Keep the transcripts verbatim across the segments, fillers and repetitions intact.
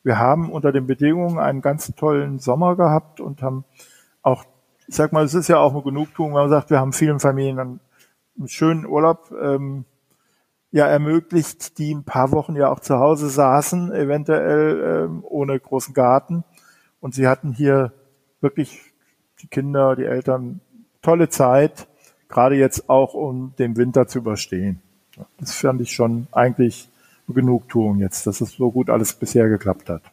wir haben unter den Bedingungen einen ganz tollen Sommer gehabt und haben auch, ich sag mal, es ist ja auch eine Genugtuung, wenn man sagt, wir haben vielen Familien einen, einen schönen Urlaub ähm, ja ermöglicht, die ein paar Wochen ja auch zu Hause saßen, eventuell ähm, ohne großen Garten. Und sie hatten hier wirklich, die Kinder, die Eltern, tolle Zeit, gerade jetzt auch, um den Winter zu überstehen. Das fand ich schon eigentlich eine Genugtuung jetzt, dass es so gut alles bisher geklappt hat.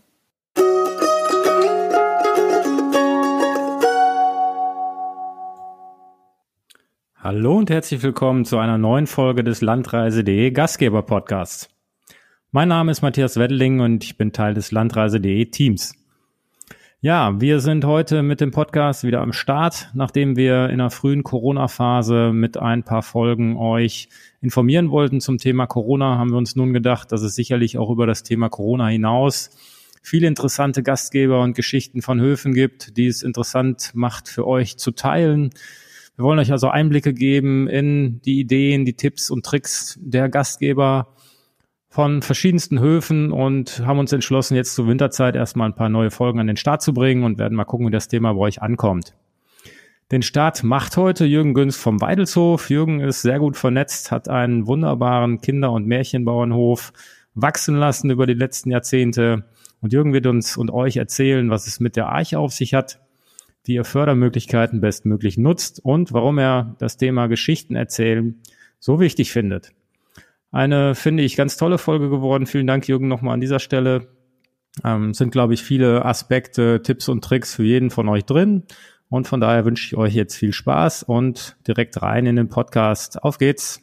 Hallo und herzlich willkommen zu einer neuen Folge des Landreise punkt de Gastgeber-Podcasts. Mein Name ist Matthias Weddeling und ich bin Teil des Landreise punkt de Teams. Ja, wir sind heute mit dem Podcast wieder am Start, nachdem wir in der frühen Corona-Phase mit ein paar Folgen euch informieren wollten zum Thema Corona, haben wir uns nun gedacht, dass es sicherlich auch über das Thema Corona hinaus viele interessante Gastgeber und Geschichten von Höfen gibt, die es interessant macht für euch zu teilen. Wir wollen euch also Einblicke geben in die Ideen, die Tipps und Tricks der Gastgeber von verschiedensten Höfen und haben uns entschlossen, jetzt zur Winterzeit erstmal ein paar neue Folgen an den Start zu bringen und werden mal gucken, wie das Thema bei euch ankommt. Den Start macht heute Jürgen Günst vom Weidelshof. Jürgen ist sehr gut vernetzt, hat einen wunderbaren Kinder- und Märchenbauernhof wachsen lassen über die letzten Jahrzehnte. Und Jürgen wird uns und euch erzählen, was es mit der Arche auf sich hat, wie ihr Fördermöglichkeiten bestmöglich nutzt und warum er das Thema Geschichten erzählen so wichtig findet. Eine, finde ich, ganz tolle Folge geworden. Vielen Dank, Jürgen, nochmal an dieser Stelle. Ähm, sind, glaube ich, viele Aspekte, Tipps und Tricks für jeden von euch drin. Und von daher wünsche ich euch jetzt viel Spaß und direkt rein in den Podcast. Auf geht's!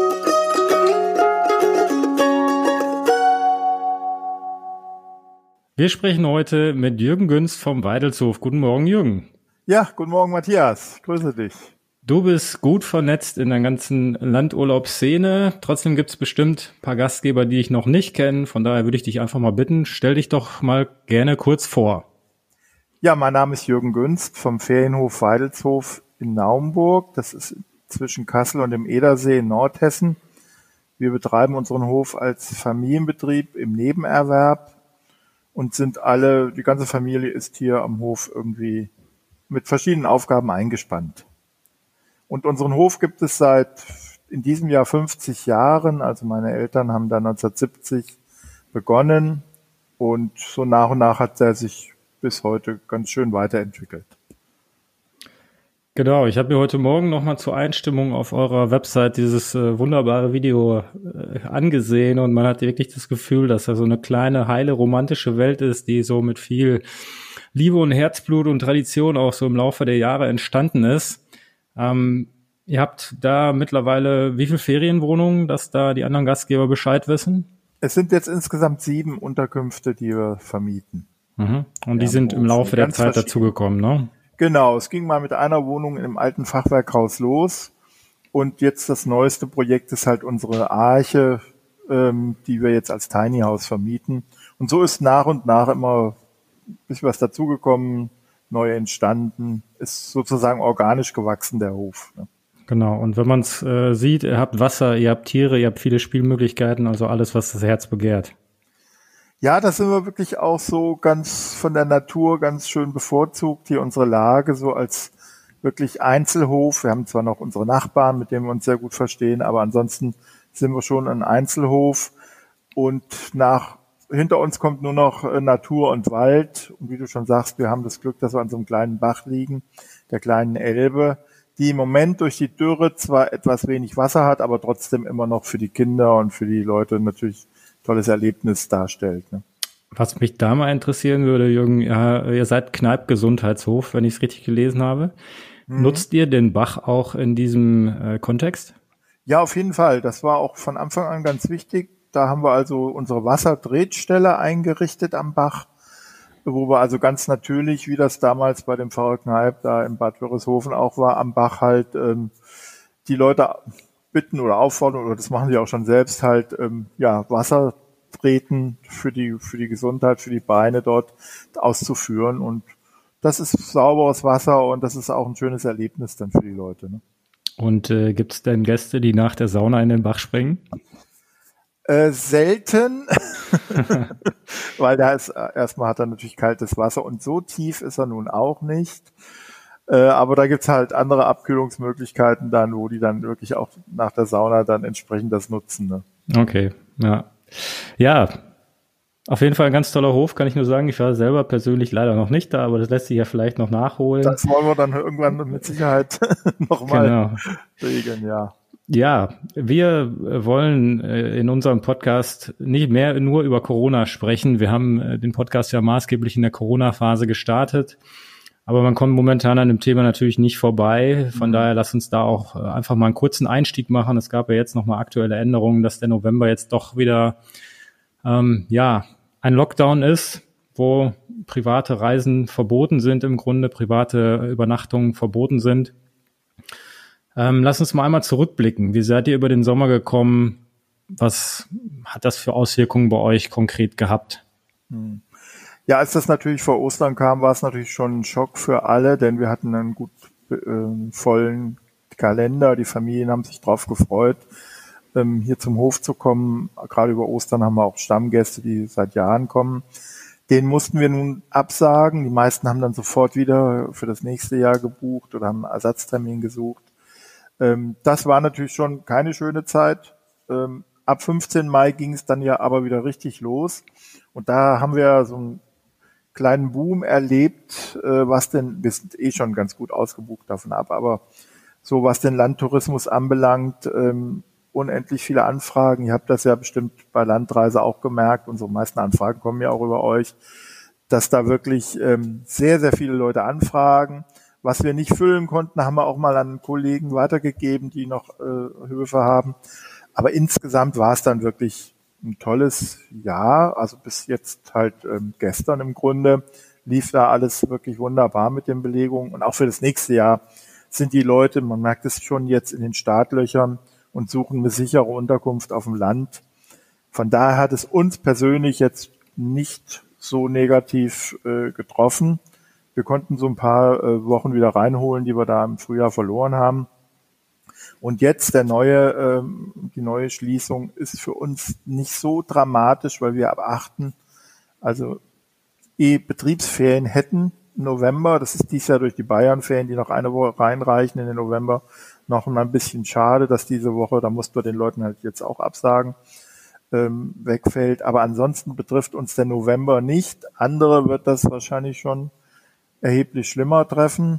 Wir sprechen heute mit Jürgen Günst vom Weidelshof. Guten Morgen, Jürgen. Ja, guten Morgen, Matthias. Grüße dich. Du bist gut vernetzt in der ganzen Landurlaubsszene. Trotzdem gibt es bestimmt ein paar Gastgeber, die ich noch nicht kenne. Von daher würde ich dich einfach mal bitten, stell dich doch mal gerne kurz vor. Ja, mein Name ist Jürgen Günst vom Ferienhof Weidelshof in Naumburg. Das ist zwischen Kassel und dem Edersee in Nordhessen. Wir betreiben unseren Hof als Familienbetrieb im Nebenerwerb und sind alle, die ganze Familie ist hier am Hof irgendwie mit verschiedenen Aufgaben eingespannt. Und unseren Hof gibt es seit in diesem Jahr fünfzig Jahren. Also meine Eltern haben da neunzehnhundertsiebzig begonnen und so nach und nach hat er sich bis heute ganz schön weiterentwickelt. Genau, ich habe mir heute Morgen nochmal zur Einstimmung auf eurer Website dieses äh, wunderbare Video äh, angesehen und man hat wirklich das Gefühl, dass da so eine kleine, heile, romantische Welt ist, die so mit viel Liebe und Herzblut und Tradition auch so im Laufe der Jahre entstanden ist. Ähm, ihr habt da mittlerweile wie viele Ferienwohnungen, dass da die anderen Gastgeber Bescheid wissen? Es sind jetzt insgesamt sieben Unterkünfte, die wir vermieten. Mhm. Und die sind im Laufe der Zeit dazugekommen, ne? Genau, es ging mal mit einer Wohnung im alten Fachwerkhaus los und jetzt das neueste Projekt ist halt unsere Arche, ähm, die wir jetzt als Tiny House vermieten. Und so ist nach und nach immer ein bisschen was dazugekommen, neu entstanden, ist sozusagen organisch gewachsen, der Hof. Ne? Genau, und wenn man es äh, sieht, ihr habt Wasser, ihr habt Tiere, ihr habt viele Spielmöglichkeiten, also alles, was das Herz begehrt. Ja, das sind wir wirklich auch so ganz von der Natur ganz schön bevorzugt. Hier unsere Lage so als wirklich Einzelhof. Wir haben zwar noch unsere Nachbarn, mit denen wir uns sehr gut verstehen, aber ansonsten sind wir schon ein Einzelhof und nach hinter uns kommt nur noch Natur und Wald. Und wie du schon sagst, wir haben das Glück, dass wir an so einem kleinen Bach liegen, der kleinen Elbe, die im Moment durch die Dürre zwar etwas wenig Wasser hat, aber trotzdem immer noch für die Kinder und für die Leute natürlich ein tolles Erlebnis darstellt. Ne? Was mich da mal interessieren würde, Jürgen, ja, ihr seid Kneipp-Gesundheitshof, wenn ich es richtig gelesen habe. Mhm. Nutzt ihr den Bach auch in diesem äh, Kontext? Ja, auf jeden Fall. Das war auch von Anfang an ganz wichtig. Da haben wir also unsere Wasserdrehstelle eingerichtet am Bach, wo wir also ganz natürlich, wie das damals bei dem Pfarrer Kneipp da in Bad Wörishofen auch war, am Bach halt ähm, die Leute bitten oder auffordern, oder das machen sie auch schon selbst, halt ähm, ja Wasser treten für die für die Gesundheit, für die Beine dort auszuführen. Und das ist sauberes Wasser und das ist auch ein schönes Erlebnis dann für die Leute. Ne? Und äh, gibt es denn Gäste, die nach der Sauna in den Bach springen? Äh, selten, weil da ist, erstmal hat er natürlich kaltes Wasser und so tief ist er nun auch nicht. Äh, aber da gibt's halt andere Abkühlungsmöglichkeiten dann, wo die dann wirklich auch nach der Sauna dann entsprechend das nutzen. Ne? Okay, ja. Ja, auf jeden Fall ein ganz toller Hof, kann ich nur sagen. Ich war selber persönlich leider noch nicht da, aber das lässt sich ja vielleicht noch nachholen. Das wollen wir dann irgendwann mit Sicherheit nochmal Genau. regeln, ja. Ja, wir wollen in unserem Podcast nicht mehr nur über Corona sprechen. Wir haben den Podcast ja maßgeblich in der Corona-Phase gestartet, aber man kommt momentan an dem Thema natürlich nicht vorbei. Von mhm. daher lass uns da auch einfach mal einen kurzen Einstieg machen. Es gab ja jetzt nochmal aktuelle Änderungen, dass der November jetzt doch wieder ähm, ja ein Lockdown ist, wo private Reisen verboten sind, im Grunde private Übernachtungen verboten sind. Ähm, lass uns mal einmal zurückblicken. Wie seid ihr über den Sommer gekommen? Was hat das für Auswirkungen bei euch konkret gehabt? Ja, als das natürlich vor Ostern kam, war es natürlich schon ein Schock für alle, denn wir hatten einen gut äh, vollen Kalender. Die Familien haben sich drauf gefreut, ähm, hier zum Hof zu kommen. Gerade über Ostern haben wir auch Stammgäste, die seit Jahren kommen. Den mussten wir nun absagen. Die meisten haben dann sofort wieder für das nächste Jahr gebucht oder haben einen Ersatztermin gesucht. Das war natürlich schon keine schöne Zeit. Ab fünfzehnten Mai ging es dann ja aber wieder richtig los. Und da haben wir so einen kleinen Boom erlebt, was denn, wir sind eh schon ganz gut ausgebucht davon ab, aber so was den Landtourismus anbelangt, unendlich viele Anfragen. Ihr habt das ja bestimmt bei Landreise auch gemerkt. Unsere meisten Anfragen kommen ja auch über euch, dass da wirklich sehr, sehr viele Leute anfragen. Was wir nicht füllen konnten, haben wir auch mal an Kollegen weitergegeben, die noch äh, Höfe haben. Aber insgesamt war es dann wirklich ein tolles Jahr. Also bis jetzt halt ähm, gestern im Grunde lief da alles wirklich wunderbar mit den Belegungen. Und auch für das nächste Jahr sind die Leute, man merkt es schon jetzt in den Startlöchern und suchen eine sichere Unterkunft auf dem Land. Von daher hat es uns persönlich jetzt nicht so negativ äh, getroffen. Wir konnten so ein paar äh, Wochen wieder reinholen, die wir da im Frühjahr verloren haben. Und jetzt der neue, ähm, die neue Schließung ist für uns nicht so dramatisch, weil wir ab achten also eh Betriebsferien hätten im November. Das ist dies Jahr durch die Bayernferien, die noch eine Woche reinreichen in den November, noch mal ein bisschen schade, dass diese Woche, da mussten wir den Leuten halt jetzt auch absagen, ähm, wegfällt. Aber ansonsten betrifft uns der November nicht. Andere wird das wahrscheinlich schon erheblich schlimmer treffen.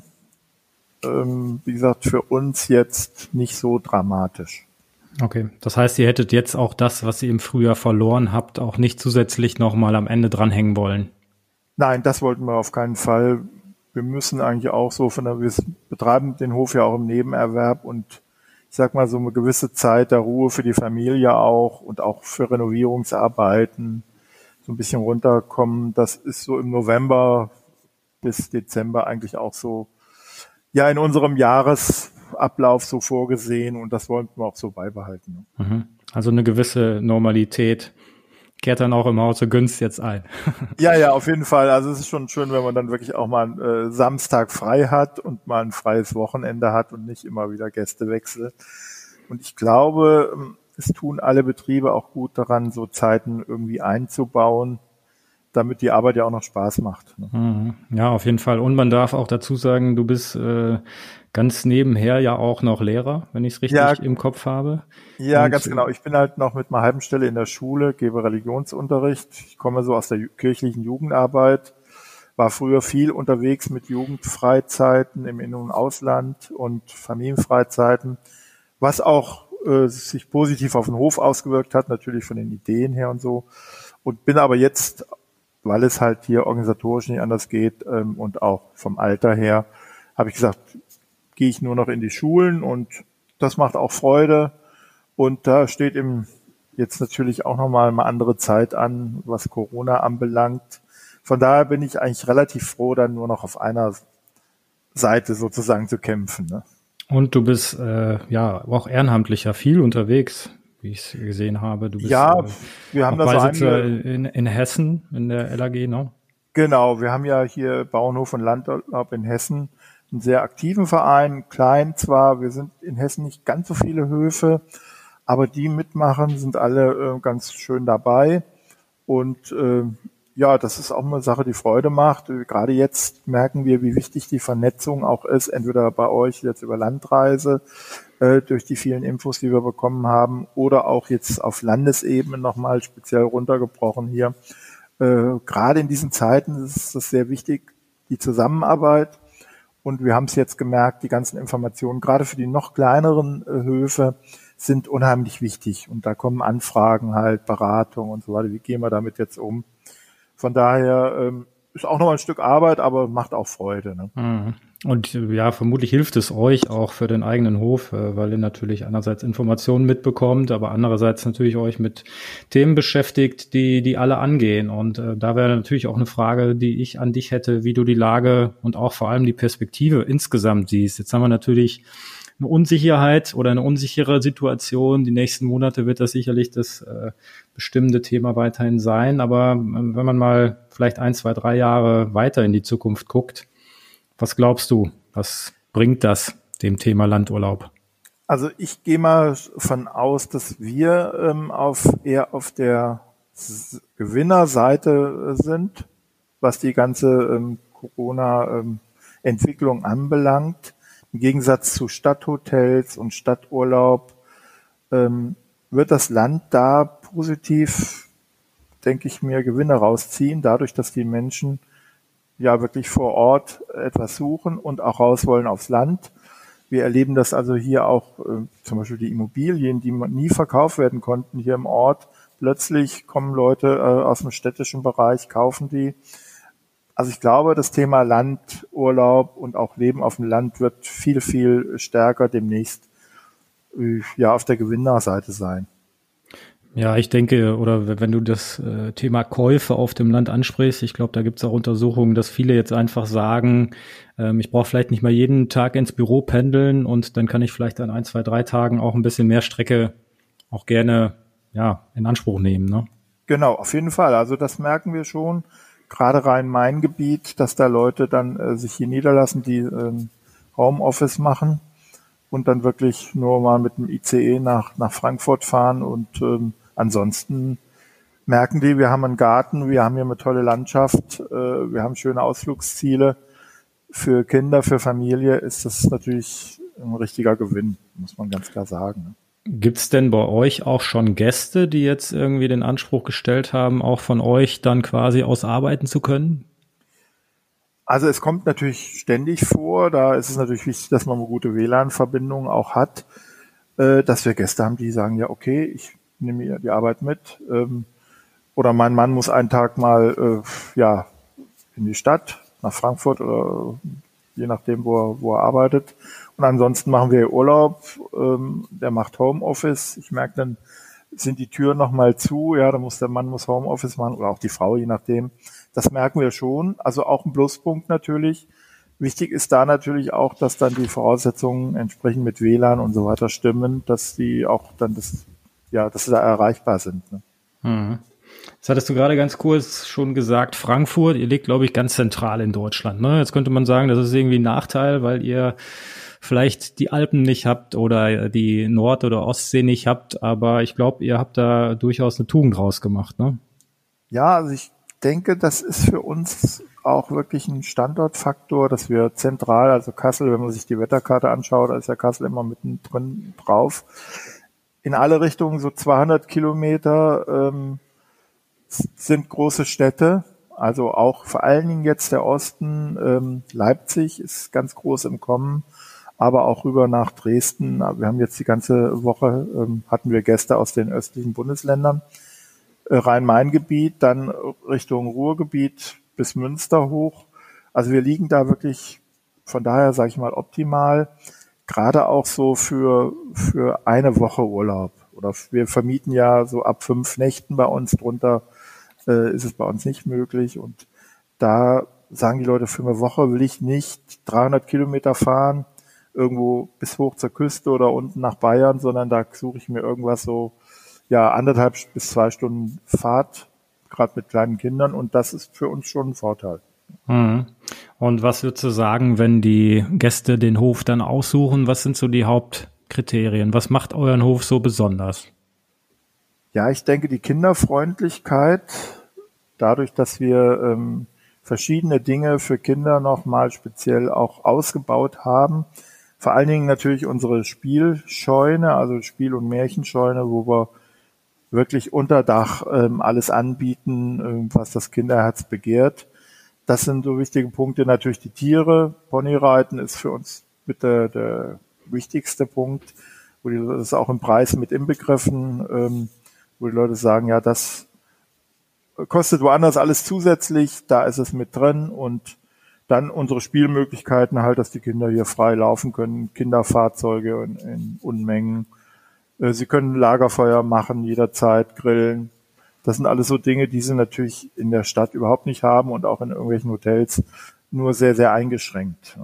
Ähm, wie gesagt, für uns jetzt nicht so dramatisch. Okay, das heißt, ihr hättet jetzt auch das, was ihr im Frühjahr verloren habt, auch nicht zusätzlich nochmal am Ende dranhängen wollen? Nein, das wollten wir auf keinen Fall. Wir müssen eigentlich auch so, von der, wir betreiben den Hof ja auch im Nebenerwerb und ich sag mal so eine gewisse Zeit der Ruhe für die Familie auch und auch für Renovierungsarbeiten, so ein bisschen runterkommen. Das ist so im November bis Dezember eigentlich auch so, ja, in unserem Jahresablauf so vorgesehen und das wollten wir auch so beibehalten. Also eine gewisse Normalität kehrt dann auch im Hause Günst jetzt ein. Ja, ja, auf jeden Fall. Also es ist schon schön, wenn man dann wirklich auch mal einen äh, Samstag frei hat und mal ein freies Wochenende hat und nicht immer wieder Gästewechsel. Und ich glaube, es tun alle Betriebe auch gut daran, so Zeiten irgendwie einzubauen, damit die Arbeit ja auch noch Spaß macht. Ne? Ja, auf jeden Fall. Und man darf auch dazu sagen, du bist äh, ganz nebenher ja auch noch Lehrer, wenn ich es richtig ja, im Kopf habe. Ja, und ganz genau. Ich bin halt noch mit einer halben Stelle in der Schule, gebe Religionsunterricht. Ich komme so aus der kirchlichen Jugendarbeit, war früher viel unterwegs mit Jugendfreizeiten im In- und Ausland und Familienfreizeiten, was auch äh, sich positiv auf den Hof ausgewirkt hat, natürlich von den Ideen her und so. Und bin aber jetzt, weil es halt hier organisatorisch nicht anders geht ähm, und auch vom Alter her, habe ich gesagt, gehe ich nur noch in die Schulen und das macht auch Freude. Und da steht eben jetzt natürlich auch nochmal eine andere Zeit an, was Corona anbelangt. Von daher bin ich eigentlich relativ froh, dann nur noch auf einer Seite sozusagen zu kämpfen. Ne? Und du bist äh, ja auch ehrenamtlich ja viel unterwegs, wie ich es gesehen habe. Du bist ja, äh, wir haben das so einige in, in Hessen, in der L A G, ne? Genau, wir haben ja hier Bauernhof und Landurlaub in Hessen, einen sehr aktiven Verein, klein zwar, wir sind in Hessen nicht ganz so viele Höfe, Aber die mitmachen, sind alle äh, ganz schön dabei. Und äh, ja, das ist auch eine Sache, die Freude macht. Gerade jetzt merken wir, wie wichtig die Vernetzung auch ist, entweder bei euch jetzt über Landreise, äh, durch die vielen Infos, die wir bekommen haben, oder auch jetzt auf Landesebene nochmal speziell runtergebrochen hier. Äh, gerade in diesen Zeiten ist es sehr wichtig, die Zusammenarbeit. Und wir haben es jetzt gemerkt, die ganzen Informationen, gerade für die noch kleineren äh, Höfe, sind unheimlich wichtig. Und da kommen Anfragen halt, Beratung und so weiter. Wie gehen wir damit jetzt um? Von daher ähm, ist auch noch ein Stück Arbeit, aber macht auch Freude. Ne? Und ja, vermutlich hilft es euch auch für den eigenen Hof, weil ihr natürlich einerseits Informationen mitbekommt, aber andererseits natürlich euch mit Themen beschäftigt, die die alle angehen. Und äh, da wäre natürlich auch eine Frage, die ich an dich hätte, wie du die Lage und auch vor allem die Perspektive insgesamt siehst. Jetzt haben wir natürlich eine Unsicherheit oder eine unsichere Situation. Die nächsten Monate wird das sicherlich das äh, bestimmende Thema weiterhin sein. Aber äh, wenn man mal vielleicht ein, zwei, drei Jahre weiter in die Zukunft guckt, was glaubst du, was bringt das dem Thema Landurlaub? Also ich gehe mal von aus, dass wir ähm, auf eher auf der S- Gewinnerseite sind, was die ganze ähm, Corona-Entwicklung anbelangt. Im Gegensatz zu Stadthotels und Stadturlaub ähm, wird das Land da positiv, denke ich mir, Gewinne rausziehen, dadurch, dass die Menschen ja wirklich vor Ort etwas suchen und auch raus wollen aufs Land. Wir erleben das also hier auch, äh, zum Beispiel die Immobilien, die nie verkauft werden konnten hier im Ort. Plötzlich kommen Leute äh, aus dem städtischen Bereich, kaufen die. Also ich glaube, das Thema Landurlaub und auch Leben auf dem Land wird viel, viel stärker demnächst äh, ja auf der Gewinnerseite sein. Ja, ich denke, oder wenn du das äh, Thema Käufe auf dem Land ansprichst, ich glaube, da gibt es auch Untersuchungen, dass viele jetzt einfach sagen, ähm, ich brauche vielleicht nicht mal jeden Tag ins Büro pendeln und dann kann ich vielleicht an ein, zwei, drei Tagen auch ein bisschen mehr Strecke auch gerne ja in Anspruch nehmen, ne? Genau, auf jeden Fall. Also das merken wir schon, gerade Rhein-Main-Gebiet, dass da Leute dann äh, sich hier niederlassen, die ähm, Homeoffice machen und dann wirklich nur mal mit dem I C E nach, nach Frankfurt fahren und ähm, ansonsten merken die, wir haben einen Garten, wir haben hier eine tolle Landschaft, äh, wir haben schöne Ausflugsziele. Für Kinder, für Familie ist das natürlich ein richtiger Gewinn, muss man ganz klar sagen. Gibt's denn bei euch auch schon Gäste, die jetzt irgendwie den Anspruch gestellt haben, auch von euch dann quasi aus arbeiten zu können? Also es kommt natürlich ständig vor, da ist es natürlich wichtig, dass man eine gute W L A N-Verbindung auch hat, äh, dass wir Gäste haben, die sagen, ja okay, ich nehme mir die Arbeit mit. Ähm, oder mein Mann muss einen Tag mal äh, ja in die Stadt, nach Frankfurt oder je nachdem, wo er, wo er arbeitet. Und ansonsten machen wir Urlaub. Ähm, der macht Homeoffice. Ich merke, dann sind die Türen nochmal zu. Ja, da muss der Mann muss Homeoffice machen oder auch die Frau, je nachdem. Das merken wir schon. Also auch ein Pluspunkt natürlich. Wichtig ist da natürlich auch, dass dann die Voraussetzungen entsprechend mit W L A N und so weiter stimmen, dass die auch dann das, ja, dass sie da erreichbar sind. Ne? Mhm. Das hattest du gerade ganz kurz schon gesagt, Frankfurt, ihr liegt, glaube ich, ganz zentral in Deutschland. Ne? Jetzt könnte man sagen, das ist irgendwie ein Nachteil, weil ihr vielleicht die Alpen nicht habt oder die Nord- oder Ostsee nicht habt, aber ich glaube, ihr habt da durchaus eine Tugend rausgemacht, ne? Ja, also ich denke, das ist für uns auch wirklich ein Standortfaktor, dass wir zentral, also Kassel, wenn man sich die Wetterkarte anschaut, da ist ja Kassel immer mittendrin drauf, in alle Richtungen so zweihundert Kilometer ähm, sind große Städte, also auch vor allen Dingen jetzt der Osten, ähm, Leipzig ist ganz groß im Kommen, aber auch rüber nach Dresden. Wir haben jetzt die ganze Woche, ähm, hatten wir Gäste aus den östlichen Bundesländern, äh, Rhein-Main-Gebiet, dann Richtung Ruhrgebiet bis Münster hoch. Also wir liegen da wirklich, von daher sage ich mal optimal, gerade auch so für für eine Woche Urlaub. Oder wir vermieten ja so ab fünf Nächten bei uns, drunter äh, ist es bei uns nicht möglich. Und da sagen die Leute, für eine Woche will ich nicht dreihundert Kilometer fahren, irgendwo bis hoch zur Küste oder unten nach Bayern, sondern da suche ich mir irgendwas so, ja, anderthalb bis zwei Stunden Fahrt, gerade mit kleinen Kindern. Und das ist für uns schon ein Vorteil. Mhm. Und was würdest du sagen, wenn die Gäste den Hof dann aussuchen? Was sind so die Haupt Kriterien? Was macht euren Hof so besonders? Ja, ich denke, die Kinderfreundlichkeit, dadurch, dass wir ähm, verschiedene Dinge für Kinder nochmal speziell auch ausgebaut haben. Vor allen Dingen natürlich unsere Spielscheune, also Spiel- und Märchenscheune, wo wir wirklich unter Dach ähm, alles anbieten, ähm, was das Kinderherz begehrt. Das sind so wichtige Punkte. Natürlich die Tiere. Ponyreiten ist für uns mit der, der wichtigste Punkt, wo die, das ist auch im Preis mit inbegriffen, ähm, wo die Leute sagen, ja, das kostet woanders alles zusätzlich, da ist es mit drin und dann unsere Spielmöglichkeiten halt, dass die Kinder hier frei laufen können, Kinderfahrzeuge in, in Unmengen. Sie können Lagerfeuer machen, jederzeit grillen. Das sind alles so Dinge, die sie natürlich in der Stadt überhaupt nicht haben und auch in irgendwelchen Hotels nur sehr, sehr eingeschränkt.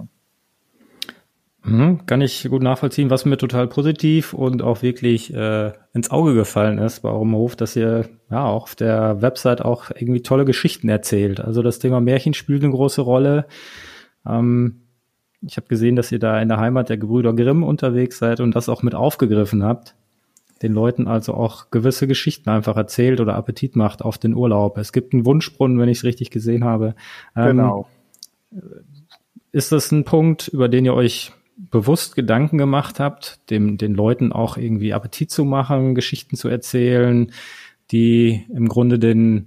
Mhm, kann ich gut nachvollziehen, was mir total positiv und auch wirklich äh, ins Auge gefallen ist bei eurem Hof, dass ihr ja auch auf der Website auch irgendwie tolle Geschichten erzählt. Also das Thema Märchen spielt eine große Rolle. Ähm, ich habe gesehen, dass ihr da in der Heimat der Gebrüder Grimm unterwegs seid und das auch mit aufgegriffen habt. Den Leuten also auch gewisse Geschichten einfach erzählt oder Appetit macht auf den Urlaub. Es gibt einen Wunschbrunnen, wenn ich es richtig gesehen habe. Ähm, Genau. Ist das ein Punkt, über den ihr euch bewusst Gedanken gemacht habt, dem, den Leuten auch irgendwie Appetit zu machen, Geschichten zu erzählen, die im Grunde den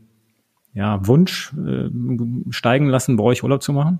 ja, Wunsch äh, steigen lassen, bei euch Urlaub zu machen?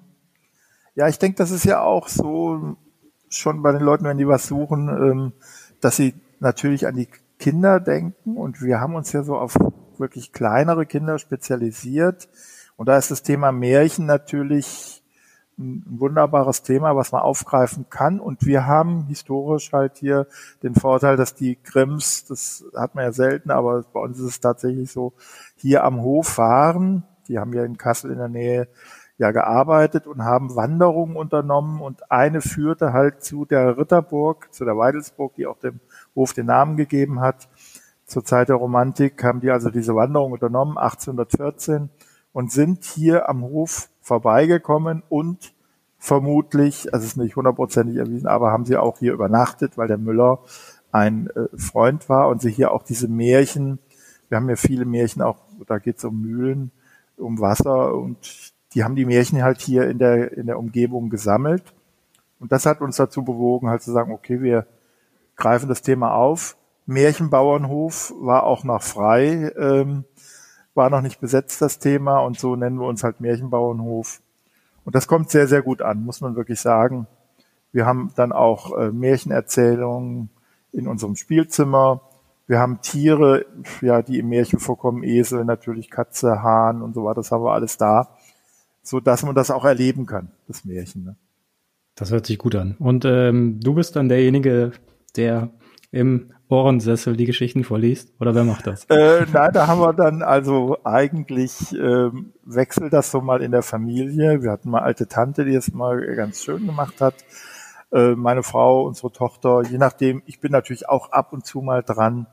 Ja, ich denke, das ist ja auch so schon bei den Leuten, wenn die was suchen, ähm, dass sie natürlich an die Kinder denken und wir haben uns ja so auf wirklich kleinere Kinder spezialisiert und da ist das Thema Märchen natürlich ein wunderbares Thema, was man aufgreifen kann. Und wir haben historisch halt hier den Vorteil, dass die Grimms, das hat man ja selten, aber bei uns ist es tatsächlich so, hier am Hof waren. Die haben ja in Kassel in der Nähe ja gearbeitet und haben Wanderungen unternommen. Und eine führte halt zu der Ritterburg, zu der Weidelsburg, die auch dem Hof den Namen gegeben hat. Zur Zeit der Romantik haben die also diese Wanderung unternommen, achtzehnhundertvierzehn, und sind hier am Hof vorbeigekommen und vermutlich, also es ist nicht hundertprozentig erwiesen, aber haben sie auch hier übernachtet, weil der Müller ein äh, Freund war und sie hier auch diese Märchen, wir haben ja viele Märchen auch, da geht es um Mühlen, um Wasser und die haben die Märchen halt hier in der in der Umgebung gesammelt und das hat uns dazu bewogen, halt zu sagen, okay, wir greifen das Thema auf. Märchenbauernhof war auch noch frei, ähm, war noch nicht besetzt, das Thema, und so nennen wir uns halt Märchenbauernhof. Und das kommt sehr, sehr gut an, muss man wirklich sagen. Wir haben dann auch äh, Märchenerzählungen in unserem Spielzimmer. Wir haben Tiere, ja, die im Märchen vorkommen, Esel, natürlich Katze, Hahn und so weiter, das haben wir alles da, so dass man das auch erleben kann, das Märchen. Ne? Das hört sich gut an. Und ähm, du bist dann derjenige, der im Ohrensessel die Geschichten vorliest? Oder wer macht das? Äh, nein, da haben wir dann also eigentlich ähm, wechselt das so mal in der Familie. Wir hatten mal alte Tante, die es mal ganz schön gemacht hat. Äh, meine Frau, unsere Tochter, je nachdem. Ich bin natürlich auch ab und zu mal dran,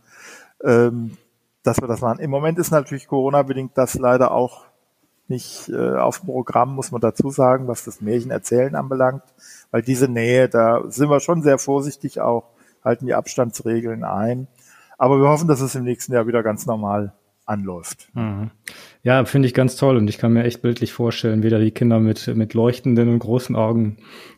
ähm, dass wir das machen. Im Moment ist natürlich Corona-bedingt das leider auch nicht äh, auf dem Programm, muss man dazu sagen, was das Märchenerzählen anbelangt. Weil diese Nähe, da sind wir schon sehr vorsichtig auch, halten die Abstandsregeln ein. Aber wir hoffen, dass es im nächsten Jahr wieder ganz normal anläuft. Mhm. Ja, finde ich ganz toll und ich kann mir echt bildlich vorstellen, wie da die Kinder mit mit leuchtenden und großen Augen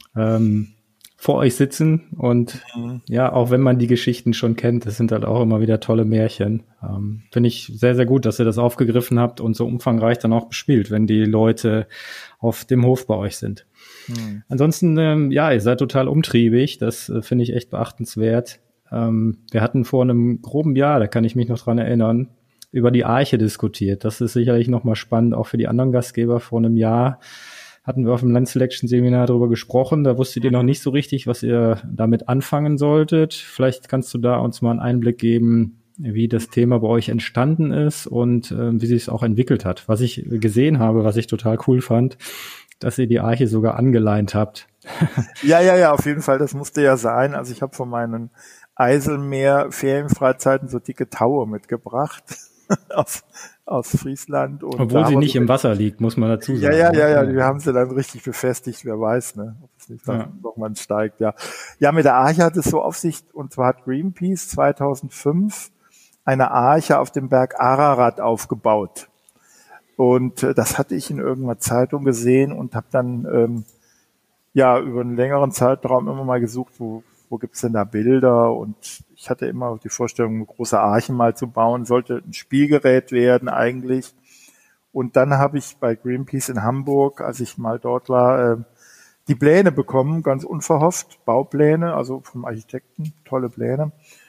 ähm, vor euch sitzen und mhm. ja, auch wenn man die Geschichten schon kennt, das sind halt auch immer wieder tolle Märchen. Ähm, finde ich sehr, sehr gut, dass ihr das aufgegriffen habt und so umfangreich dann auch bespielt, wenn die Leute auf dem Hof bei euch sind. Hm. Ansonsten, ähm, ja, ihr seid total umtriebig. Das äh, finde ich echt beachtenswert. Ähm, wir hatten vor einem groben Jahr, da kann ich mich noch dran erinnern, über die Arche diskutiert. Das ist sicherlich nochmal spannend, auch für die anderen Gastgeber. Vor einem Jahr hatten wir auf dem Land Selection Seminar darüber gesprochen. Da wusstet ihr noch nicht so richtig, was ihr damit anfangen solltet. Vielleicht kannst du da uns mal einen Einblick geben, wie das Thema bei euch entstanden ist und äh, wie sich es auch entwickelt hat. Was ich gesehen habe, was ich total cool fand, dass ihr die Arche sogar angeleint habt. Ja, ja, ja, auf jeden Fall, das musste ja sein. Also ich habe von meinen Eiselmeer-Ferienfreizeiten so dicke Taue mitgebracht aus, aus Friesland. Und obwohl sie nicht so im Wasser liegt, muss man dazu sagen. Ja, ja, ja, ja, wir haben sie dann richtig befestigt, wer weiß, ne, ob jetzt nicht, dass ja. noch man steigt, ja. Ja, mit der Arche hat es so auf sich, und zwar hat Greenpeace zweitausendfünf eine Arche auf dem Berg Ararat aufgebaut. Und äh, das hatte ich in irgendeiner Zeitung gesehen und habe dann ähm, ja über einen längeren Zeitraum immer mal gesucht, wo wo gibt's denn da Bilder, und ich hatte immer die Vorstellung, eine große Arche mal zu bauen, sollte ein Spielgerät werden eigentlich. Und dann habe ich bei Greenpeace in Hamburg, als ich mal dort war, äh, die Pläne bekommen, ganz unverhofft, Baupläne, also vom Architekten, tolle Pläne.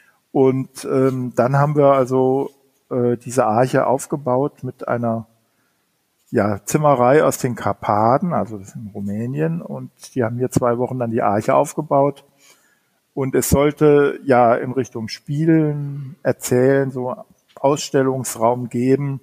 Und ähm, dann haben wir also äh, diese Arche aufgebaut mit einer ja, Zimmerei aus den Karpaten, also das ist in Rumänien, und die haben hier zwei Wochen dann die Arche aufgebaut. Und es sollte ja in Richtung Spielen, Erzählen, so Ausstellungsraum geben.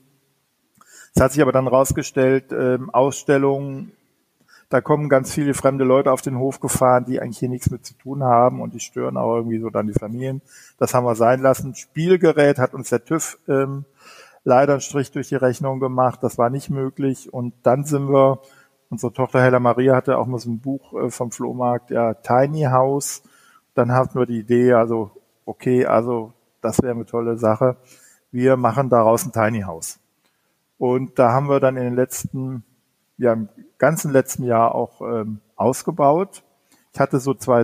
Es hat sich aber dann rausgestellt, ähm, Ausstellungen, da kommen ganz viele fremde Leute auf den Hof gefahren, die eigentlich hier nichts mit zu tun haben, und die stören auch irgendwie so dann die Familien. Das haben wir sein lassen. Spielgerät hat uns der TÜV ähm, leider einen Strich durch die Rechnung gemacht. Das war nicht möglich. Und dann sind wir, unsere Tochter Hella Maria hatte auch mal so ein Buch äh, vom Flohmarkt, ja, Tiny House. Dann hatten wir die Idee, also okay, also das wäre eine tolle Sache. Wir machen daraus ein Tiny House. Und da haben wir dann in den letzten, ja im ganzen letzten Jahr auch ähm, ausgebaut. Ich hatte so zwei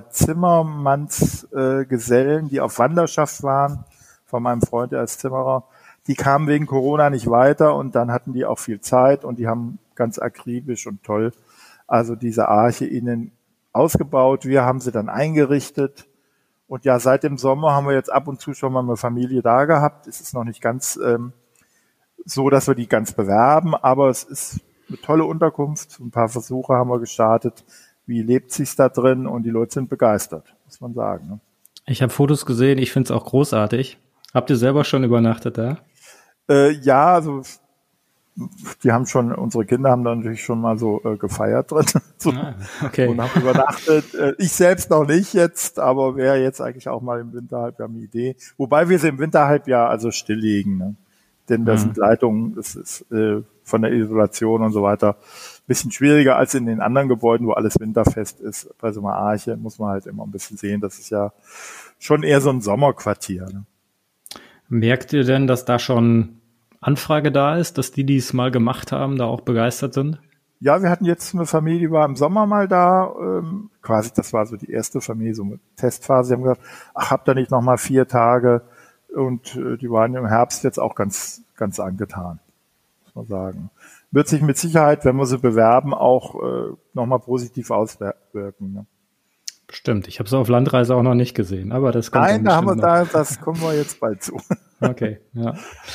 Zimmermannsgesellen, äh, die auf Wanderschaft waren, von meinem Freund, der als Zimmerer. Die kamen wegen Corona nicht weiter, und dann hatten die auch viel Zeit, und die haben ganz akribisch und toll also diese Arche innen ausgebaut. Wir haben sie dann eingerichtet. Und ja, seit dem Sommer haben wir jetzt ab und zu schon mal eine Familie da gehabt. Es ist noch nicht ganz ähm, so, dass wir die ganz bewerben, aber es ist eine tolle Unterkunft. Ein paar Versuche haben wir gestartet. Wie lebt sich's da drin? Und die Leute sind begeistert, muss man sagen. Ne? Ich habe Fotos gesehen. Ich finde es auch großartig. Habt ihr selber schon übernachtet da? Äh, ja, also die haben schon, unsere Kinder haben da natürlich schon mal so äh, gefeiert drin so, ah, okay. und haben übernachtet. Äh, ich selbst noch nicht jetzt, aber wäre jetzt eigentlich auch mal im Winterhalbjahr eine Idee. Wobei wir sie im Winterhalbjahr also stilllegen, ne? Denn das mhm. sind Leitungen, das ist äh, von der Isolation und so weiter ein bisschen schwieriger als in den anderen Gebäuden, wo alles winterfest ist. Bei so einer Arche muss man halt immer ein bisschen sehen, das ist ja schon eher so ein Sommerquartier. Ne? Merkt ihr denn, dass da schon Anfrage da ist, dass die, die es mal gemacht haben, da auch begeistert sind? Ja, wir hatten jetzt eine Familie, die war im Sommer mal da, ähm, quasi, das war so die erste Familie, so eine Testphase. Die haben gesagt, ach, habt ihr nicht noch mal vier Tage? Und äh, die waren im Herbst jetzt auch ganz, ganz angetan, muss man sagen. Wird sich mit Sicherheit, wenn wir sie bewerben, auch äh, nochmal positiv auswirken. Ne? Bestimmt. Ich habe es auf Landreise auch noch nicht gesehen, aber das kommt Nein, da haben wir da, das kommen wir jetzt bald zu. Okay, ja.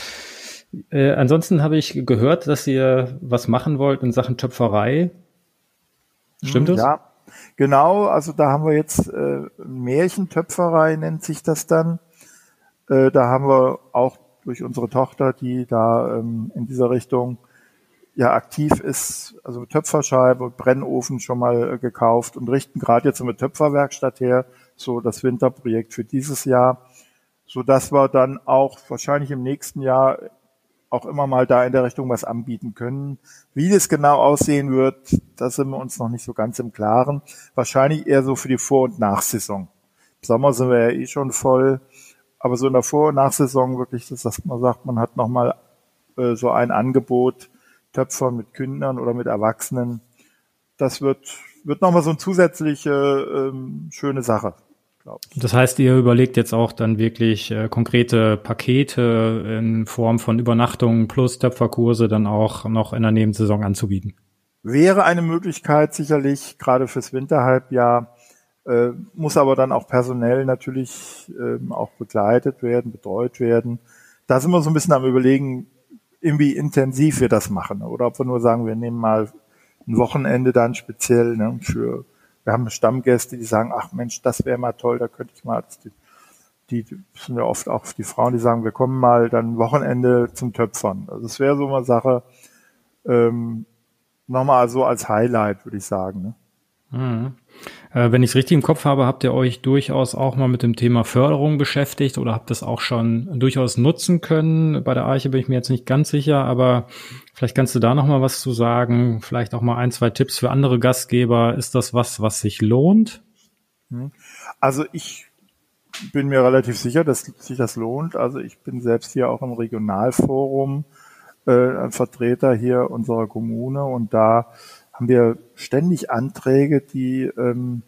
Äh, ansonsten habe ich gehört, dass ihr was machen wollt in Sachen Töpferei. Stimmt das? Ja, genau. Also da haben wir jetzt äh, Märchentöpferei nennt sich das dann. Äh, da haben wir auch durch unsere Tochter, die da ähm, in dieser Richtung ja aktiv ist, also Töpferscheibe und Brennofen schon mal äh, gekauft und richten gerade jetzt eine Töpferwerkstatt her, so das Winterprojekt für dieses Jahr, so dass wir dann auch wahrscheinlich im nächsten Jahr auch immer mal da in der Richtung was anbieten können. Wie das genau aussehen wird, da sind wir uns noch nicht so ganz im Klaren. Wahrscheinlich eher so für die Vor- und Nachsaison. Im Sommer sind wir ja eh schon voll, aber so in der Vor- und Nachsaison wirklich, dass man sagt, man hat nochmal äh, so ein Angebot, Töpfer mit Kindern oder mit Erwachsenen. Das wird wird nochmal so eine zusätzliche ähm, schöne Sache. Das heißt, ihr überlegt jetzt auch dann wirklich äh, konkrete Pakete in Form von Übernachtungen plus Töpferkurse dann auch noch in der Nebensaison anzubieten? Wäre eine Möglichkeit sicherlich, gerade fürs Winterhalbjahr, äh, muss aber dann auch personell natürlich äh, auch begleitet werden, betreut werden. Da sind wir so ein bisschen am Überlegen, wie intensiv wir das machen. Oder ob wir nur sagen, wir nehmen mal ein Wochenende dann speziell ne, für wir haben Stammgäste, die sagen, ach Mensch, das wäre mal toll, da könnte ich mal, die, die sind ja oft auch die Frauen, die sagen, wir kommen mal dann Wochenende zum Töpfern. Also es wäre so eine Sache, ähm, nochmal so als Highlight, würde ich sagen. Ne? Mhm. Äh, wenn ich es richtig im Kopf habe, habt ihr euch durchaus auch mal mit dem Thema Förderung beschäftigt oder habt das auch schon durchaus nutzen können? Bei der Arche bin ich mir jetzt nicht ganz sicher, aber vielleicht kannst du da noch mal was zu sagen. Vielleicht auch mal ein, zwei Tipps für andere Gastgeber. Ist das was, was sich lohnt? Also ich bin mir relativ sicher, dass sich das lohnt. Also ich bin selbst hier auch im Regionalforum äh, ein Vertreter hier unserer Kommune und da haben wir ständig Anträge, die ähm,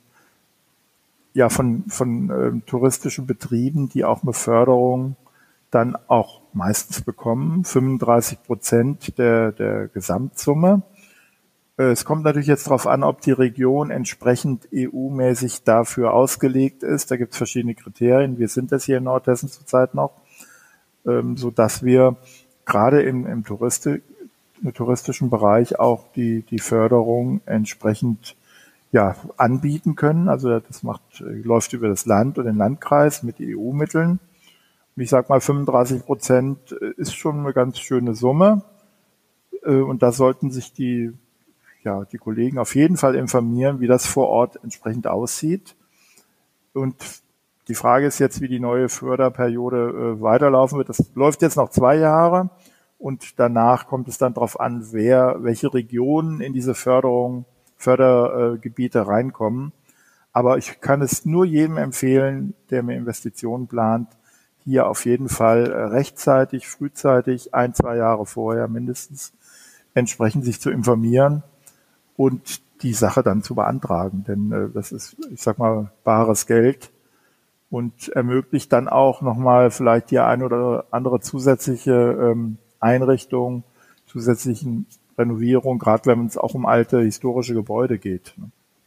ja von von ähm, touristischen Betrieben, die auch eine Förderung dann auch meistens bekommen, fünfunddreißig Prozent der der Gesamtsumme. Äh, Es kommt natürlich jetzt darauf an, ob die Region entsprechend E U-mäßig dafür ausgelegt ist. Da gibt es verschiedene Kriterien. Wir sind das hier in Nordhessen zurzeit noch, ähm, so dass wir gerade im, im Touristi- im touristischen Bereich auch die, die Förderung entsprechend ja, anbieten können. Also das macht, läuft über das Land und den Landkreis mit E U-Mitteln. Und ich sage mal, fünfunddreißig Prozent ist schon eine ganz schöne Summe. Äh, Und da sollten sich die, ja, die Kollegen auf jeden Fall informieren, wie das vor Ort entsprechend aussieht. Und die Frage ist jetzt, wie die neue Förderperiode äh, weiterlaufen wird. Das läuft jetzt noch zwei Jahre und danach kommt es dann darauf an, wer, welche Regionen in diese Förderung, Fördergebiete reinkommen. Aber ich kann es nur jedem empfehlen, der mir Investitionen plant, hier auf jeden Fall äh, rechtzeitig, frühzeitig, ein, zwei Jahre vorher mindestens, entsprechend sich zu informieren und die Sache dann zu beantragen. Denn äh, das ist, ich sag mal, bares Geld und ermöglicht dann auch nochmal vielleicht die ein oder andere zusätzliche ähm, Einrichtung, zusätzlichen Renovierung, gerade wenn es auch um alte historische Gebäude geht.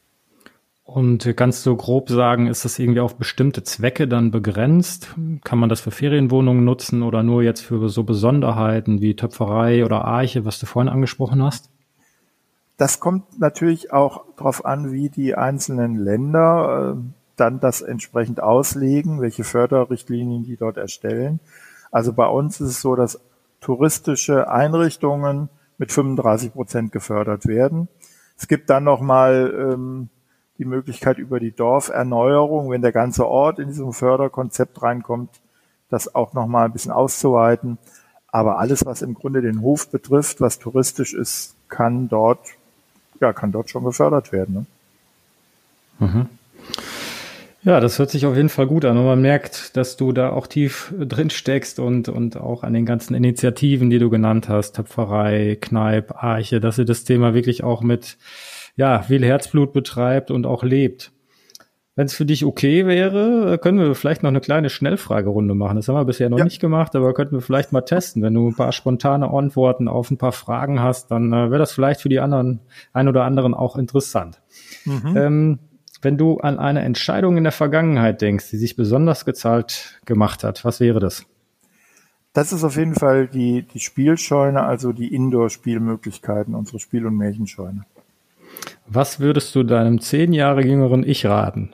Und kannst du grob sagen, ist das irgendwie auf bestimmte Zwecke dann begrenzt? Kann man das für Ferienwohnungen nutzen oder nur jetzt für so Besonderheiten wie Töpferei oder Arche, was du vorhin angesprochen hast? Das kommt natürlich auch darauf an, wie die einzelnen Länder äh, dann das entsprechend auslegen, welche Förderrichtlinien die dort erstellen. Also bei uns ist es so, dass touristische Einrichtungen mit fünfunddreißig Prozent gefördert werden. Es gibt dann nochmal ähm, die Möglichkeit über die Dorferneuerung, wenn der ganze Ort in diesem Förderkonzept reinkommt, das auch nochmal ein bisschen auszuweiten. Aber alles, was im Grunde den Hof betrifft, was touristisch ist, kann dort, ja, kann dort schon gefördert werden. Ne? Mhm. Ja, das hört sich auf jeden Fall gut an und man merkt, dass du da auch tief drin steckst und, und auch an den ganzen Initiativen, die du genannt hast, Töpferei, Kneipp, Arche, dass ihr das Thema wirklich auch mit, ja, viel Herzblut betreibt und auch lebt. Wenn es für dich okay wäre, können wir vielleicht noch eine kleine Schnellfragerunde machen. Das haben wir bisher noch Ja. nicht gemacht, aber könnten wir vielleicht mal testen. Wenn du ein paar spontane Antworten auf ein paar Fragen hast, dann äh, wäre das vielleicht für die anderen, ein oder anderen auch interessant. Mhm. Ähm, wenn du an eine Entscheidung in der Vergangenheit denkst, die sich besonders gezahlt gemacht hat, was wäre das? Das ist auf jeden Fall die, die Spielscheune, also die Indoor-Spielmöglichkeiten, unsere Spiel- und Märchenscheune. Was würdest du deinem zehn Jahre jüngeren Ich raten?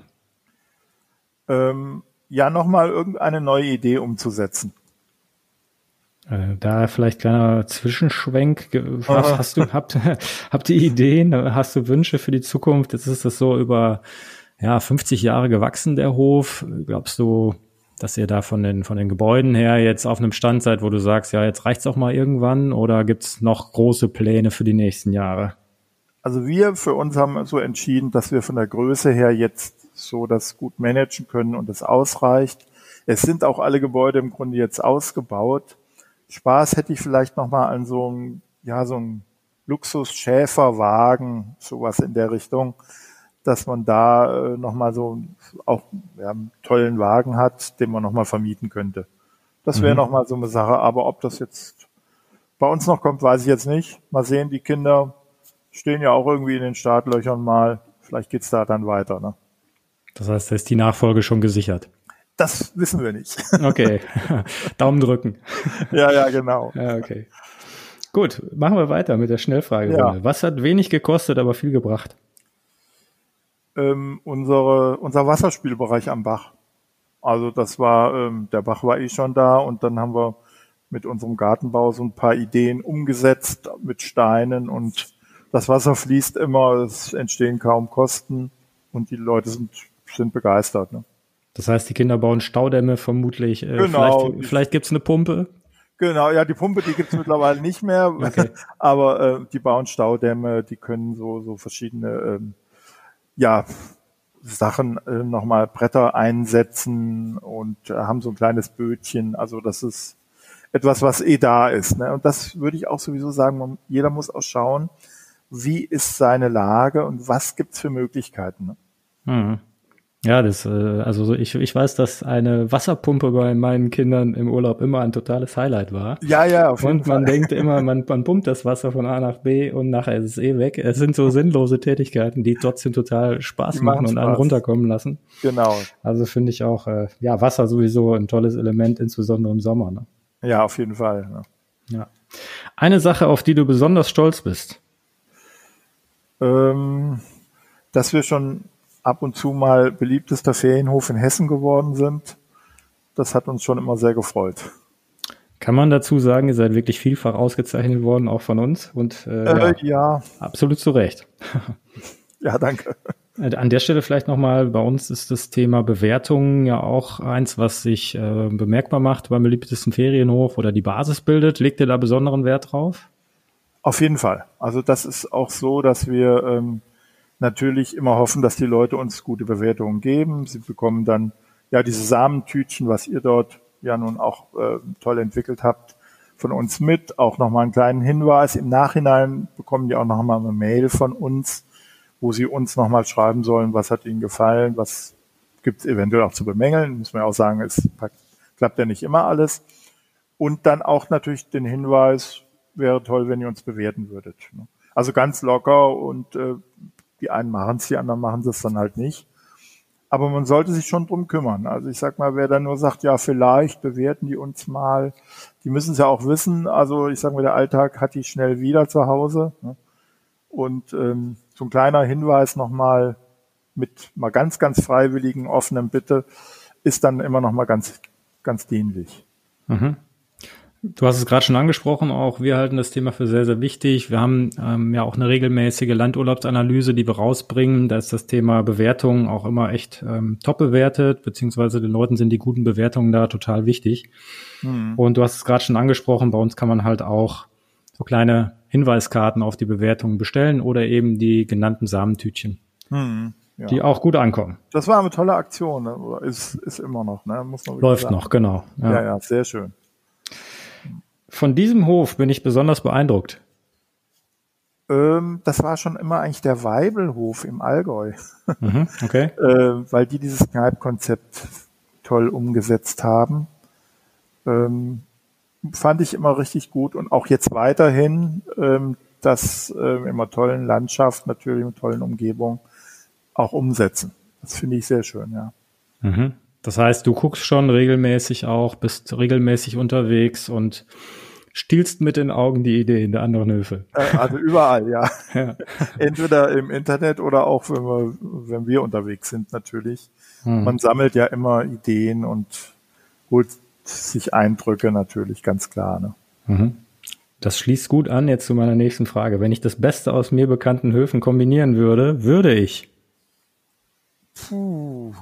Ähm, ja, nochmal irgendeine neue Idee umzusetzen. Äh, da vielleicht kleiner Zwischenschwenk. Hast, hast du, habt, habt ihr Ideen? Hast du Wünsche für die Zukunft? Jetzt ist das so über, ja, fünfzig Jahre gewachsen, der Hof. Glaubst du, dass ihr da von den, von den Gebäuden her jetzt auf einem Stand seid, wo du sagst, ja, jetzt reicht's auch mal irgendwann? Oder gibt's noch große Pläne für die nächsten Jahre? Also wir für uns haben so entschieden, dass wir von der Größe her jetzt so das gut managen können und es ausreicht. Es sind auch alle Gebäude im Grunde jetzt ausgebaut. Spaß hätte ich vielleicht nochmal an so einem, ja, so einem Luxus-Schäferwagen, sowas in der Richtung, dass man da äh, nochmal so auch ja, einen tollen Wagen hat, den man nochmal vermieten könnte. Das wäre Mhm. nochmal so eine Sache. Aber ob das jetzt bei uns noch kommt, weiß ich jetzt nicht. Mal sehen, die Kinder stehen ja auch irgendwie in den Startlöchern mal. Vielleicht geht's da dann weiter. Ne? Das heißt, da ist die Nachfolge schon gesichert. Das wissen wir nicht. Okay. Daumen drücken. Ja, ja, genau. Ja, okay. Gut, machen wir weiter mit der Schnellfragerunde. Ja. Was hat wenig gekostet, aber viel gebracht? Ähm, unsere, unser Wasserspielbereich am Bach. Also das war, ähm, der Bach war eh schon da und dann haben wir mit unserem Gartenbau so ein paar Ideen umgesetzt mit Steinen und das Wasser fließt immer, es entstehen kaum Kosten und die Leute sind, sind begeistert. Ne? Das heißt, die Kinder bauen Staudämme vermutlich. Äh, Genau. Vielleicht, vielleicht gibt es eine Pumpe. Genau, ja, die Pumpe, die gibt's mittlerweile nicht mehr, Okay. aber äh, die bauen Staudämme, die können so so verschiedene ähm, ja Sachen äh, nochmal Bretter einsetzen und äh, haben so ein kleines Bötchen. Also das ist etwas, was eh da ist. Ne? Und das würde ich auch sowieso sagen, man, jeder muss auch schauen, wie ist seine Lage und was gibt's für Möglichkeiten. Ne? Hm. Ja, das, äh, also so ich, ich weiß, dass eine Wasserpumpe bei meinen Kindern im Urlaub immer ein totales Highlight war. Ja, ja, auf jeden Und man Fall. denkt immer, man, man pumpt das Wasser von A nach B und nachher ist es eh weg. Es sind so sinnlose Tätigkeiten, die trotzdem total Spaß Die machen machen und einen Spaß. runterkommen lassen. Genau. Also finde ich auch, äh, ja, Wasser sowieso ein tolles Element, insbesondere im Sommer. Ne? Ja, auf jeden Fall. Ne? Ja. Eine Sache, auf die du besonders stolz bist. Ähm, dass wir schon ab und zu mal beliebtester Ferienhof in Hessen geworden sind, das hat uns schon immer sehr gefreut. Kann man dazu sagen, ihr seid wirklich vielfach ausgezeichnet worden, auch von uns. Und äh, Äh, ja, ja, absolut zu Recht. ja, danke. An der Stelle vielleicht nochmal, bei uns ist das Thema Bewertungen ja auch eins, was sich äh, bemerkbar macht beim beliebtesten Ferienhof oder die Basis bildet. Legt ihr da besonderen Wert drauf? Auf jeden Fall. Also das ist auch so, dass wir ähm, natürlich immer hoffen, dass die Leute uns gute Bewertungen geben. Sie bekommen dann ja diese Samentütchen, was ihr dort ja nun auch äh, toll entwickelt habt, von uns mit. Auch nochmal einen kleinen Hinweis. Im Nachhinein bekommen die auch nochmal eine Mail von uns, wo sie uns nochmal schreiben sollen, was hat ihnen gefallen, was gibt es eventuell auch zu bemängeln. Muss man ja auch sagen, es klappt ja nicht immer alles. Und dann auch natürlich den Hinweis, wäre toll, wenn ihr uns bewerten würdet. Also ganz locker und äh, die einen machen es, die anderen machen es dann halt nicht. Aber man sollte sich schon drum kümmern. Also ich sag mal, wer dann nur sagt, ja, vielleicht bewerten die uns mal, die müssen es ja auch wissen. Also ich sag mal, der Alltag hat die schnell wieder zu Hause. Ne? Und ähm, so ein kleiner Hinweis nochmal mit mal ganz, ganz freiwilligen, offenen Bitte ist dann immer noch mal ganz, ganz dienlich. Mhm. Du hast es gerade schon angesprochen, auch wir halten das Thema für sehr, sehr wichtig. Wir haben ähm, ja auch eine regelmäßige Landurlaubsanalyse, die wir rausbringen. Da ist das Thema Bewertung auch immer echt ähm, top bewertet, beziehungsweise den Leuten sind die guten Bewertungen da total wichtig. Mhm. Und du hast es gerade schon angesprochen, bei uns kann man halt auch so kleine Hinweiskarten auf die Bewertungen bestellen oder eben die genannten Samentütchen, mhm. ja. die auch gut ankommen. Das war eine tolle Aktion, ne? ist, ist immer noch. Ne? Muss man Läuft sagen. noch, genau. Ja. ja, ja, sehr schön. Von diesem Hof bin ich besonders beeindruckt. Ähm, das war schon immer eigentlich der Weibelhof im Allgäu. Mhm, okay. äh, weil die dieses Kneipp-Konzept toll umgesetzt haben. Ähm, fand ich immer richtig gut und auch jetzt weiterhin ähm, das äh, immer tollen Landschaft, natürlich mit tollen Umgebung auch umsetzen. Das finde ich sehr schön, ja. Mhm. Das heißt, du guckst schon regelmäßig auch, bist regelmäßig unterwegs und stiehlst mit den Augen die Ideen der anderen Höfe. Also überall, ja. ja. Entweder im Internet oder auch, wenn wir, wenn wir unterwegs sind, natürlich. Hm. Man sammelt ja immer Ideen und holt sich Eindrücke natürlich, ganz klar. Ne? Mhm. Das schließt gut an jetzt zu meiner nächsten Frage. Wenn ich das Beste aus mir bekannten Höfen kombinieren würde, würde ich? Puh.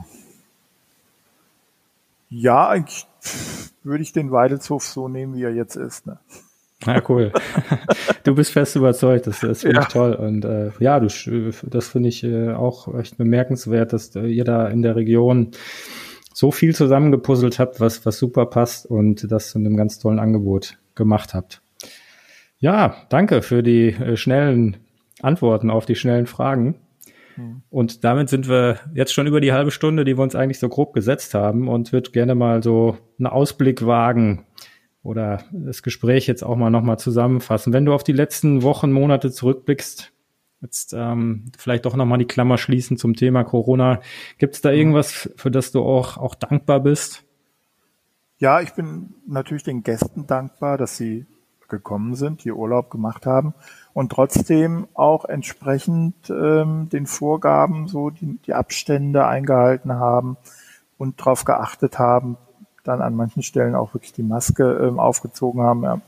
Ja, eigentlich würde ich den Weidelshof so nehmen, wie er jetzt ist. Ne? Ja, cool. Du bist fest überzeugt, das, das finde ja. ich toll. Und äh, ja, du, das finde ich äh, auch echt bemerkenswert, dass äh, ihr da in der Region so viel zusammengepuzzelt habt, was, was super passt und das zu einem ganz tollen Angebot gemacht habt. Ja, danke für die äh, schnellen Antworten auf die schnellen Fragen. Und damit sind wir jetzt schon über die halbe Stunde, die wir uns eigentlich so grob gesetzt haben und würde gerne mal so einen Ausblick wagen oder das Gespräch jetzt auch mal nochmal zusammenfassen. Wenn du auf die letzten Wochen, Monate zurückblickst, jetzt ähm, vielleicht doch nochmal die Klammer schließen zum Thema Corona. Gibt es da irgendwas, für das du auch, auch dankbar bist? Ja, ich bin natürlich den Gästen dankbar, dass sie gekommen sind, die Urlaub gemacht haben und trotzdem auch entsprechend ähm, den Vorgaben so die, die Abstände eingehalten haben und darauf geachtet haben, dann an manchen Stellen auch wirklich die Maske ähm, aufgezogen haben. Ja,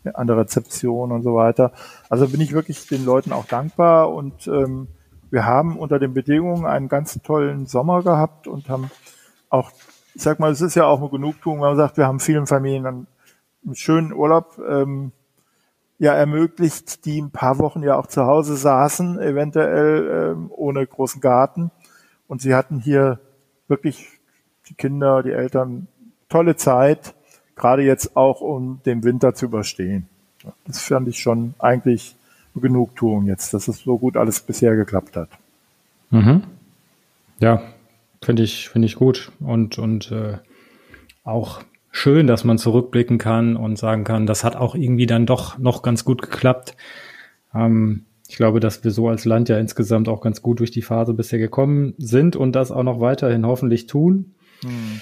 an der Rezeption und so weiter. Also bin ich wirklich den Leuten auch dankbar und ähm, wir haben unter den Bedingungen einen ganz tollen Sommer gehabt und haben auch, ich sag mal, es ist ja auch eine Genugtuung, wenn man sagt, wir haben vielen Familien einen, einen schönen Urlaub ähm, ja ermöglicht, die ein paar Wochen ja auch zu Hause saßen, eventuell ähm, ohne großen Garten. Und sie hatten hier wirklich, die Kinder, die Eltern, tolle Zeit, gerade jetzt auch, um den Winter zu überstehen. Das fand ich schon eigentlich eine Genugtuung jetzt, dass es so gut alles bisher geklappt hat. Mhm. Ja, finde ich, finde ich gut und, und äh, auch schön, dass man zurückblicken kann und sagen kann, das hat auch irgendwie dann doch noch ganz gut geklappt. Ähm, ich glaube, dass wir so als Land ja insgesamt auch ganz gut durch die Phase bisher gekommen sind und das auch noch weiterhin hoffentlich tun. Hm.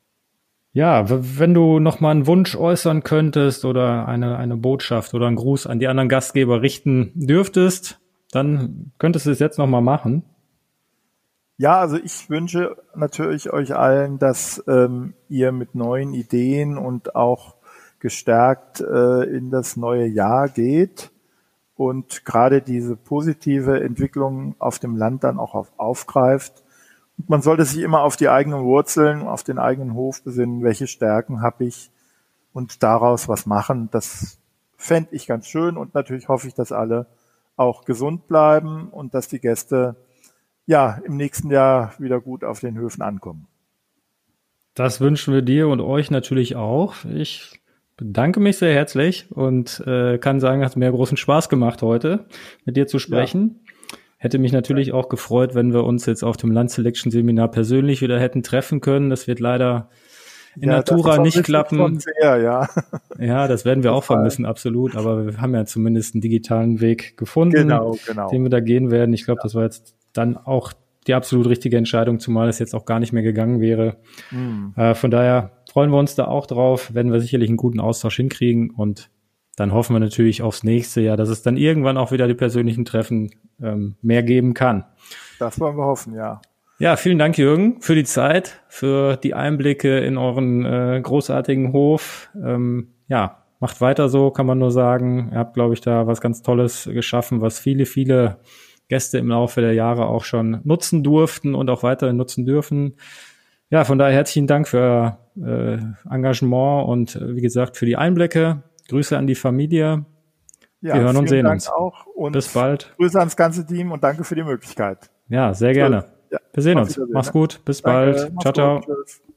Ja, w- wenn du noch mal einen Wunsch äußern könntest oder eine, eine Botschaft oder einen Gruß an die anderen Gastgeber richten dürftest, dann könntest du es jetzt noch mal machen. Ja, also ich wünsche natürlich euch allen, dass ähm, ihr mit neuen Ideen und auch gestärkt äh, in das neue Jahr geht und gerade diese positive Entwicklung auf dem Land dann auch auf, aufgreift. Und man sollte sich immer auf die eigenen Wurzeln, auf den eigenen Hof besinnen, welche Stärken habe ich und daraus was machen. Das fände ich ganz schön und natürlich hoffe ich, dass alle auch gesund bleiben und dass die Gäste ja im nächsten Jahr wieder gut auf den Höfen ankommen. Das wünschen wir dir und euch natürlich auch. Ich bedanke mich sehr herzlich und äh, kann sagen, hat mir großen Spaß gemacht heute, mit dir zu sprechen. Ja. Hätte mich natürlich auch gefreut, wenn wir uns jetzt auf dem Land Selection Seminar persönlich wieder hätten treffen können. Das wird leider in ja, Natura nicht klappen. Sehr, ja. ja, das werden wir auch vermissen, absolut. Aber wir haben ja zumindest einen digitalen Weg gefunden, genau, genau. den wir da gehen werden. Ich glaube, ja. das war jetzt dann auch die absolut richtige Entscheidung, zumal es jetzt auch gar nicht mehr gegangen wäre. Mhm. Äh, von daher freuen wir uns da auch drauf, werden wir sicherlich einen guten Austausch hinkriegen und dann hoffen wir natürlich aufs nächste Jahr, dass es dann irgendwann auch wieder die persönlichen Treffen ähm, mehr geben kann. Das wollen wir hoffen, ja. Ja, vielen Dank, Jürgen, für die Zeit, für die Einblicke in euren äh, großartigen Hof. Ähm, ja, macht weiter so, kann man nur sagen. Ihr habt, glaube ich, da was ganz Tolles geschaffen, was viele, viele Gäste im Laufe der Jahre auch schon nutzen durften und auch weiterhin nutzen dürfen. Ja, von daher herzlichen Dank für äh, Engagement und äh, wie gesagt für die Einblicke. Grüße an die Familie. Ja, wir hören und sehen Dank uns. Auch und bis bald. Grüße ans ganze Team und danke für die Möglichkeit. Ja, sehr gerne. Ja, wir sehen uns. Mach's gut. Bis danke. bald. Mach's ciao, ciao. Gut. Tschüss.